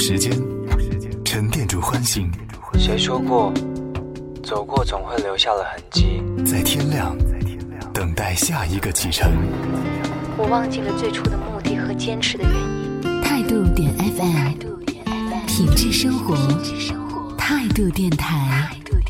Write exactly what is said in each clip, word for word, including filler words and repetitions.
时间，沉淀住欢欣。 谁说过，走过总会留下了痕迹？ 在天亮，等待下一个启程。 我忘记了最初的目的和坚持的原因。 态度点 F M， 品质生活，态度电台。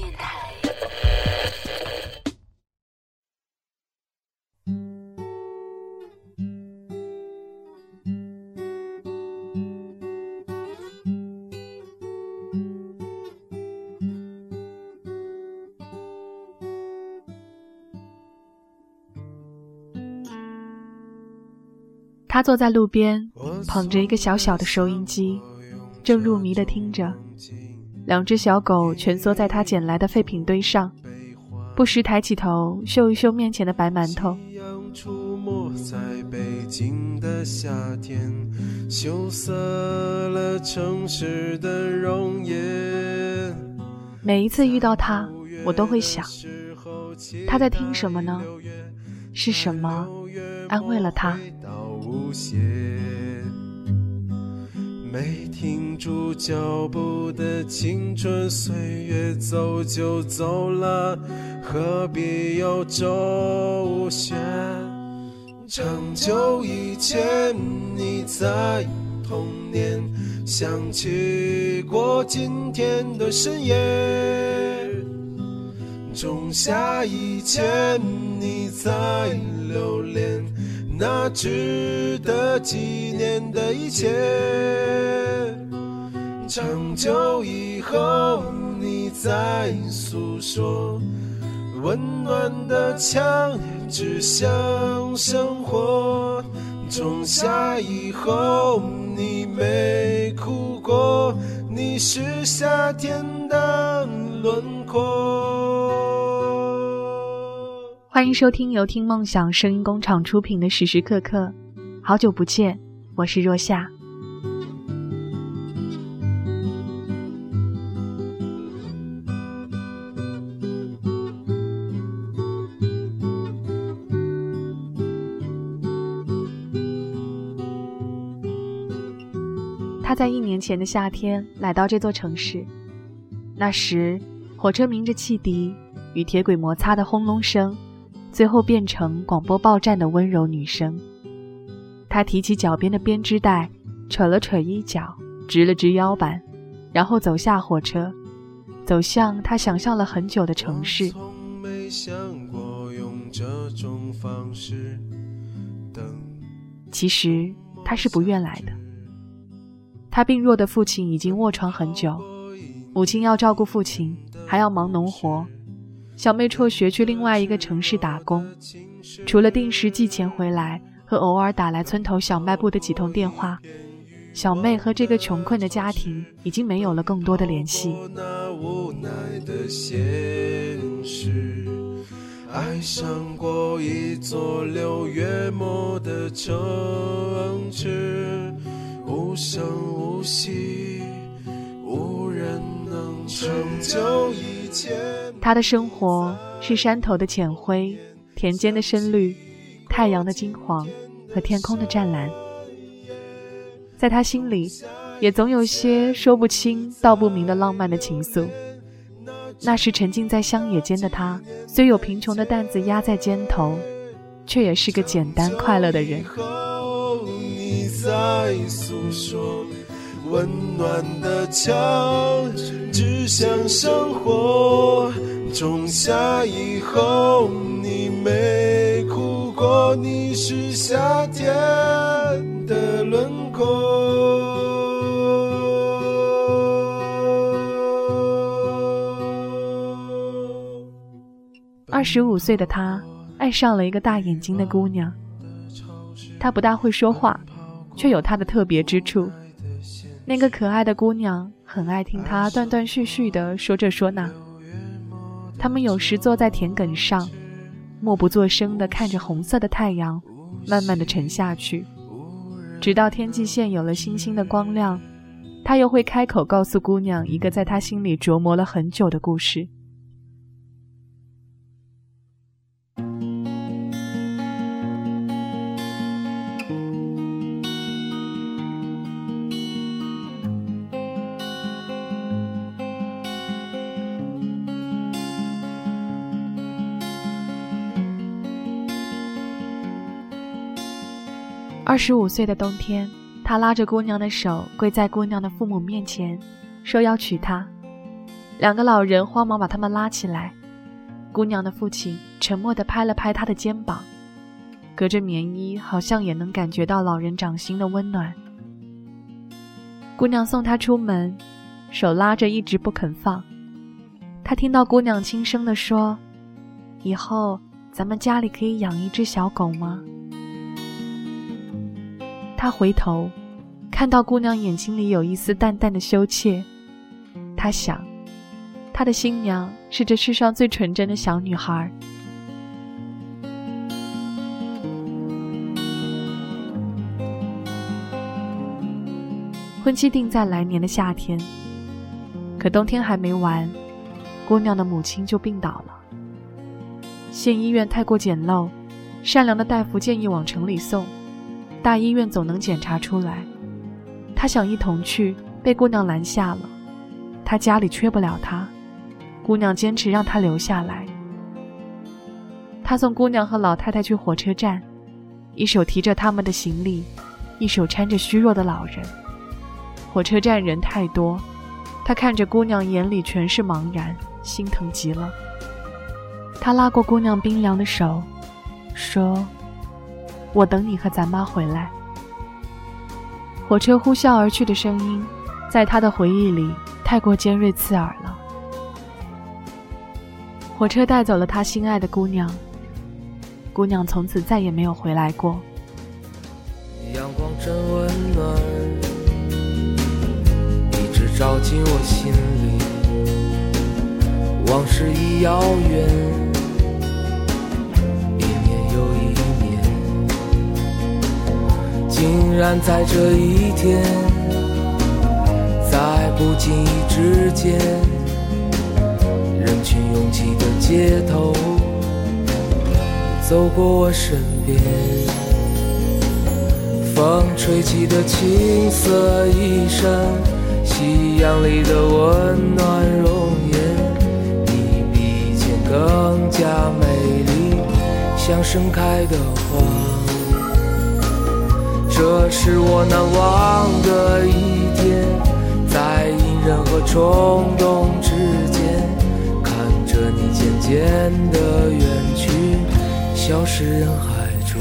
他坐在路边，捧着一个小小的收音机，正入迷地听着。两只小狗蜷缩在他捡来的废品堆上，不时抬起头嗅一嗅面前的白馒头。 出没在北京的夏天，羞涩了城市的容颜。 每一次遇到他，我都会想，他在听什么呢？是什么安慰了他？ 没停住脚步的青春岁月，走就走了，何必有周旋？长久以前你在童年想起过今天的深夜，仲夏以前你在留恋那值得纪念的一切，长久以后你在诉说，温暖的墙指向生活，仲夏以后你没哭过，你是夏天的轮廓。 欢迎收听由听梦想声音工厂出品的时时刻刻，好久不见，我是若夏。他在一年前的夏天来到这座城市，那时火车鸣着汽笛，与铁轨摩擦的轰隆声，最后变成广播报站的温柔女声。她提起脚边的编织袋，扯了扯衣角，直了直腰板，然后走下火车，走向她想象了很久的城市。 从没想过用这种方式等。 其实她是不愿来的。她病弱的父亲已经卧床很久，母亲要照顾父亲，还要忙农活。小妹辍学去另外一个城市打工，除了定时寄钱回来和偶尔打来村头小卖部的几通电话，小妹和这个穷困的家庭已经没有了更多的联系。 那无奈的现实，爱上过一座六月末的城市，无声无息，无人能长久以前。 他的生活是山头的浅灰，田间的深绿，太阳的金黄和天空的湛蓝。在他心里也总有些说不清道不明的浪漫的情愫。那时沉浸在乡野间的他，虽有贫穷的担子压在肩头，却也是个简单快乐的人。 你在诉说，温暖的墙指向生活，仲夏以后你没哭过，你是夏天的轮廓。 二十五岁的他爱上了一个大眼睛的姑娘，她不大会说话，却有她的特别之处。那个可爱的姑娘很爱听她断断续续地说这说那。他们有时坐在田埂上，默不作声地看着红色的太阳慢慢地沉下去，直到天际线有了星星的光亮，他又会开口告诉姑娘一个在他心里琢磨了很久的故事。 二十五岁的冬天，他拉着姑娘的手跪在姑娘的父母面前，说要娶她。两个老人慌忙把他们拉起来，姑娘的父亲沉默地拍了拍她的肩膀，隔着棉衣好像也能感觉到老人掌心的温暖。姑娘送他出门，手拉着一直不肯放。他听到姑娘轻声地说，以后咱们家里可以养一只小狗吗？他回头看到姑娘眼睛里有一丝淡淡的羞怯，他想，他的新娘是这世上最纯真的小女孩。婚期定在来年的夏天，可冬天还没完，姑娘的母亲就病倒了。县医院太过简陋，善良的大夫建议往城里送，大医院总能检查出来。他想一同去，被姑娘拦下了。他家里缺不了他，姑娘坚持让他留下来。他送姑娘和老太太去火车站，一手提着他们的行李，一手搀着虚弱的老人。火车站人太多，他看着姑娘眼里全是茫然，心疼极了。他拉过姑娘冰凉的手，说，我等你和咱妈回来。火车呼啸而去的声音在他的回忆里太过尖锐刺耳了。火车带走了他心爱的姑娘，姑娘从此再也没有回来过。 阳光真温暖，一直照进我心里，往事已遥远，一年又一年，竟然在这一天，在不经意之间，人群拥挤的街头，走过我身边，风吹起的青色衣衫，夕阳里的温暖容颜，你比以前更加美丽，像盛开的花。这是我难忘的一天，在隐忍和冲动之间，看着你渐渐的远去，消失人海中。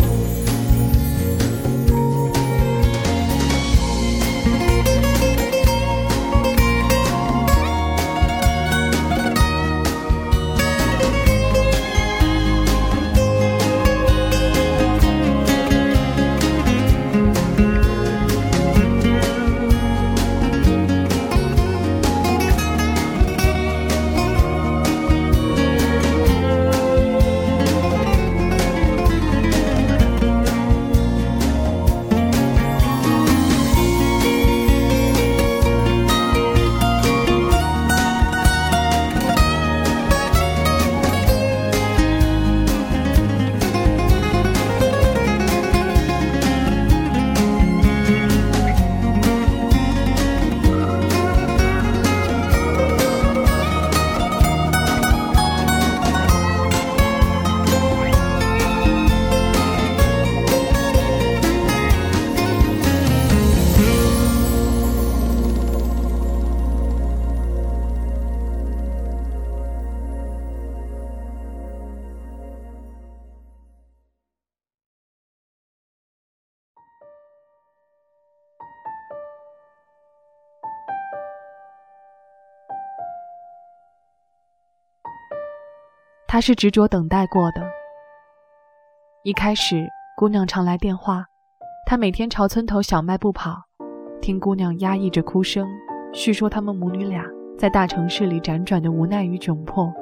他是执着等待过的。一开始，姑娘常来电话，他每天朝村头小卖部跑，听姑娘压抑着哭声，叙说他们母女俩在大城市里辗转的无奈与窘迫。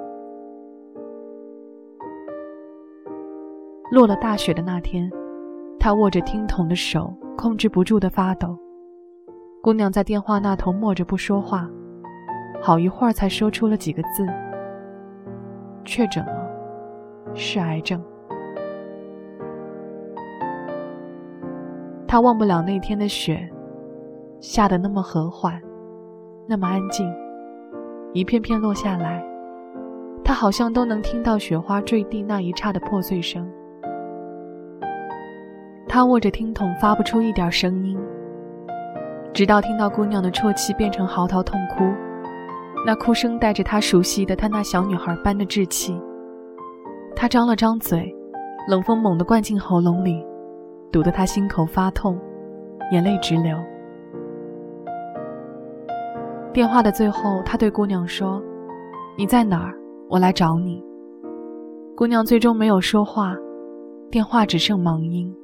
落了大雪的那天，他握着听筒的手控制不住地发抖。姑娘在电话那头默着不说话，好一会儿才说出了几个字：确诊了，是癌症。他忘不了那天的雪，下得那么和缓，那么安静，一片片落下来，他好像都能听到雪花坠地那一刹的破碎声。 他握着听筒发不出一点声音，直到听到姑娘的啜泣变成嚎啕痛哭，那哭声带着他熟悉的他那小女孩般的稚气。他张了张嘴，冷风猛地灌进喉咙里，堵得他心口发痛，眼泪直流。电话的最后，他对姑娘说：“你在哪儿？我来找你。”姑娘最终没有说话，电话只剩忙音。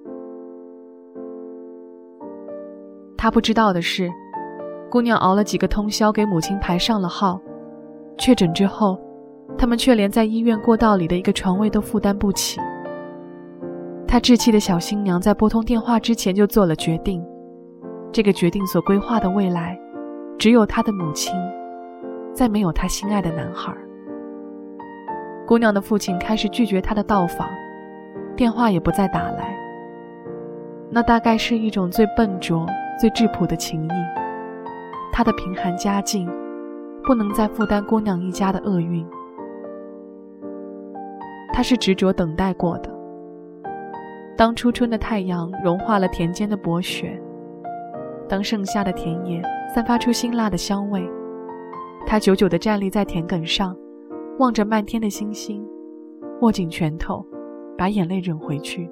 他不知道的是，姑娘熬了几个通宵给母亲排上了号，确诊之后，他们却连在医院过道里的一个床位都负担不起。她稚气的小新娘在拨通电话之前就做了决定，这个决定所规划的未来，只有她的母亲，再没有她心爱的男孩。姑娘的父亲开始拒绝她的到访，电话也不再打来。那大概是一种最笨拙、最质朴的情谊。他的贫寒家境不能再负担姑娘一家的厄运。他是执着等待过的。当初春的太阳融化了田间的薄雪，当盛夏的田野散发出辛辣的香味，他久久地站立在田埂上，望着漫天的星星，握紧拳头，把眼泪忍回去。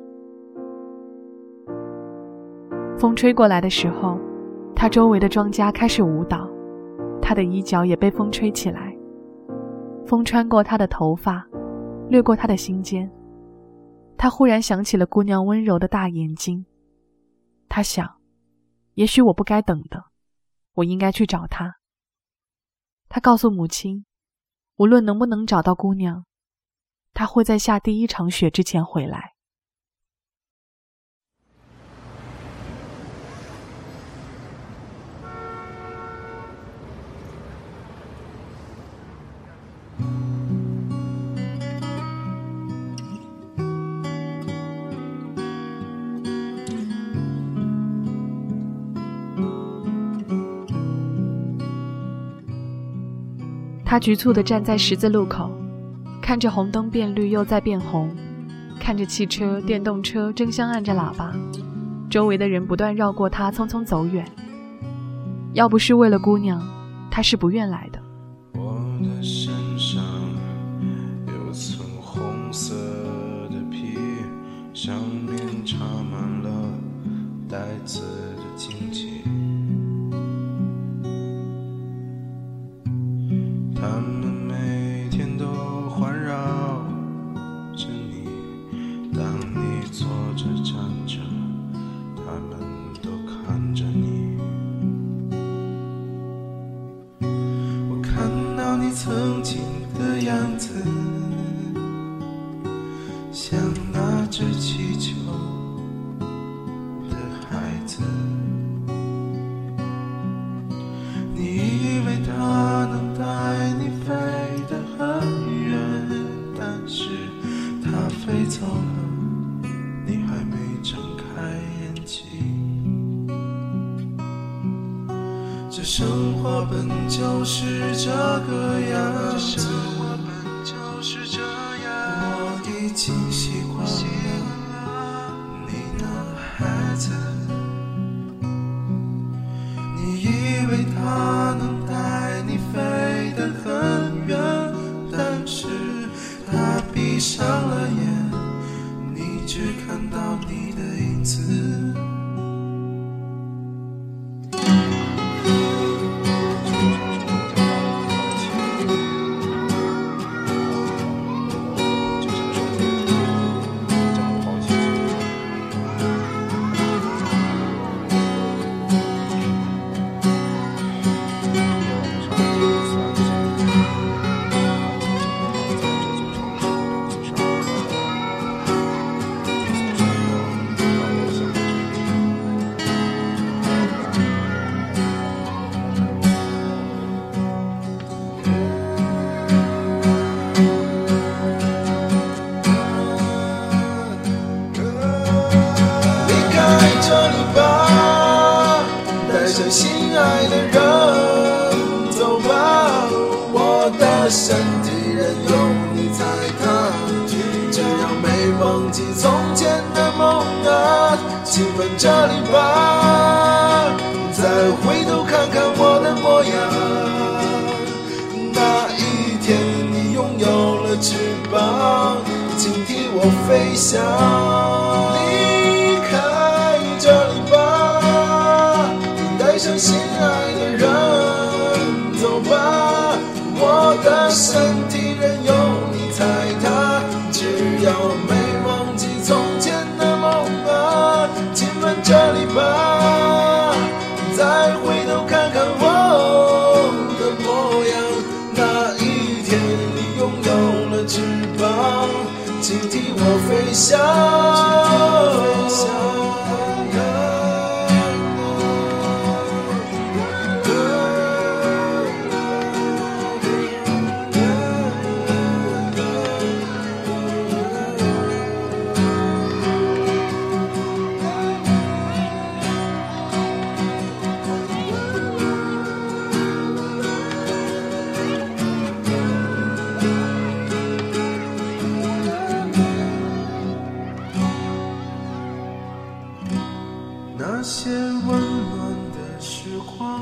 风吹过来的时候，他周围的庄稼开始舞蹈，他的衣角也被风吹起来。风穿过他的头发，掠过他的心间。他忽然想起了姑娘温柔的大眼睛。他想，也许我不该等的，我应该去找她。他告诉母亲，无论能不能找到姑娘，他会在下第一场雪之前回来。他局促地站在十字路口，看着红灯变绿又再变红，看着汽车、电动车争相按着喇叭，周围的人不断绕过他匆匆走远。要不是为了姑娘，他是不愿来的。 我的身上有层红色的皮，上面插满了带刺的荆棘，他们每天都环绕着你，当你坐着站着，他们都看着你。我看到你曾经的样子，像拿着气球的孩子，你以为他能带你飞得很远，但是他飞走了，你还没睁开眼睛。这生活本就是这个样子，我已经习惯了你的孩子。你以为他能带你飞得很远，但是他闭上了眼，你只看到你的影子。心爱的人，走吧，我的身体任由你踩踏，这样美忘记从前的梦啊，亲吻这里吧，再回头看看我的模样。那一天你拥有了翅膀，请替我飞翔。离开这里吧，带上心爱的人走吧，我的身体任由你踩踏，只要没忘记从前的梦啊，亲吻这里吧，再回头看看我的模样。那一天你拥有了翅膀，请替我飞翔。那些温暖的时光，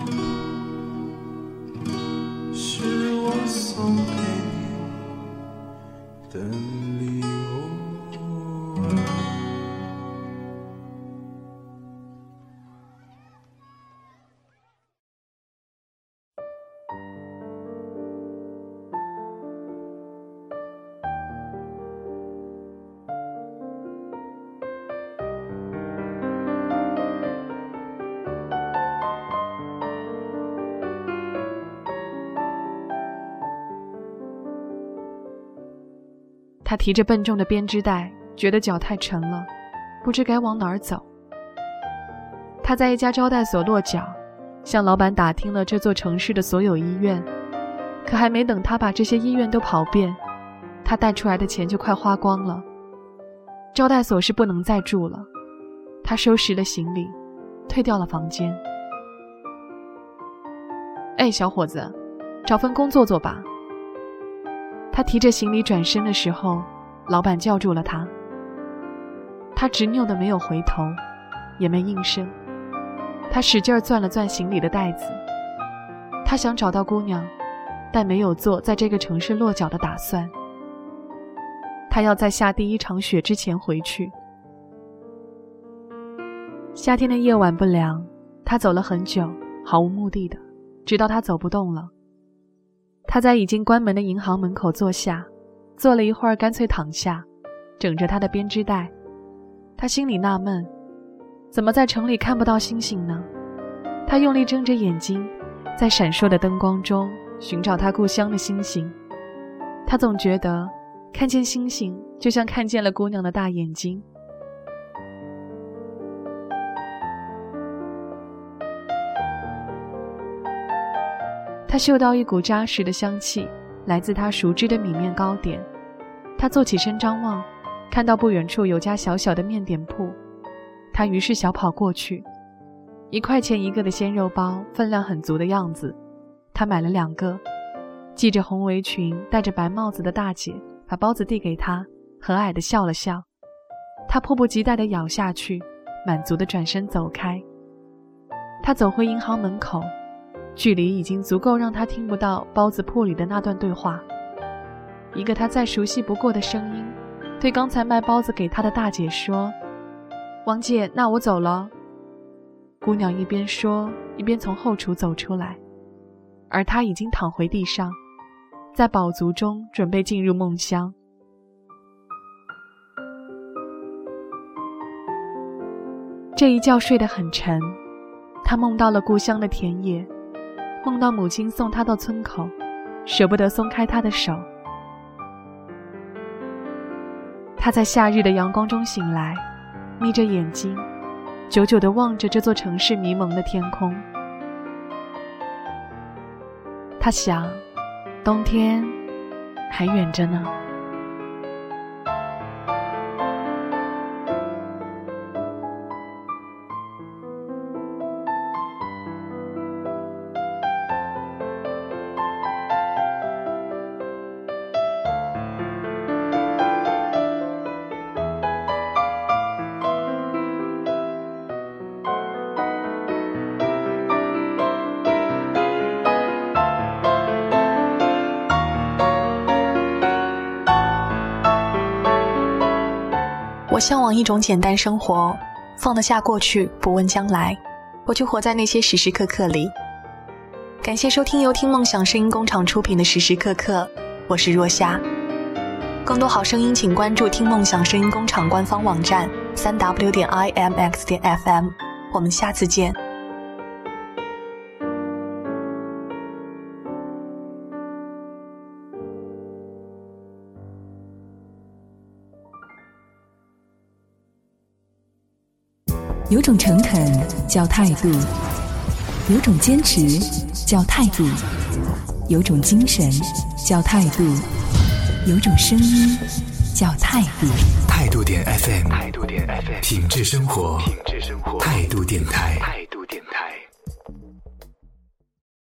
是我送给你的礼物啊。 他提着笨重的编织袋，觉得脚太沉了，不知该往哪儿走。他在一家招待所落脚，向老板打听了这座城市的所有医院，可还没等他把这些医院都跑遍，他带出来的钱就快花光了。招待所是不能再住了，他收拾了行李，退掉了房间。哎，小伙子，找份工作做吧。他提着行李转身的时候，老板叫住了他。他执拗的没有回头，也没应声。他使劲攥了攥行李的袋子。他想找到姑娘，但没有做在这个城市落脚的打算。他要在下第一场雪之前回去。夏天的夜晚不凉，他走了很久，毫无目的的，直到他走不动了。他在已经关门的银行门口坐下，坐了一会儿，干脆躺下，整着他的编织袋。他心里纳闷，怎么在城里看不到星星呢？他用力睁着眼睛，在闪烁的灯光中寻找他故乡的星星。他总觉得看见星星就像看见了姑娘的大眼睛。他嗅到一股扎实的香气，来自他熟知的米面糕点。他坐起身张望，看到不远处有家小小的面点铺。他于是小跑过去，一块钱一个的鲜肉包，分量很足的样子。他买了两个。系着红围裙戴着白帽子的大姐把包子递给他，和蔼地笑了笑。他迫不及待地咬下去，满足地转身走开。他走回银行门口，距离已经足够让他听不到包子铺里的那段对话。一个他再熟悉不过的声音对刚才卖包子给他的大姐说：王姐，那我走了。姑娘一边说一边从后厨走出来，而他已经躺回地上，在饱足中准备进入梦乡。这一觉睡得很沉，他梦到了故乡的田野，梦到母亲送他到村口，舍不得松开他的手。他在夏日的阳光中醒来，眯着眼睛，久久地望着这座城市迷蒙的天空。他想，冬天还远着呢。 我向往一种简单生活，放得下过去，不问将来，我就活在那些时时刻刻里。感谢收听由听梦想声音工厂出品的时时刻刻，我是若夏。更多好声音请关注听梦想声音工厂官方网站 三 w 点 i m x 点 f m， 我们下次见。 有种诚恳叫态度，有种坚持叫态度，有种精神叫态度，有种声音叫态度。 态度点 F M， 态度点 F M， 品质生活，品质生活，态度电台。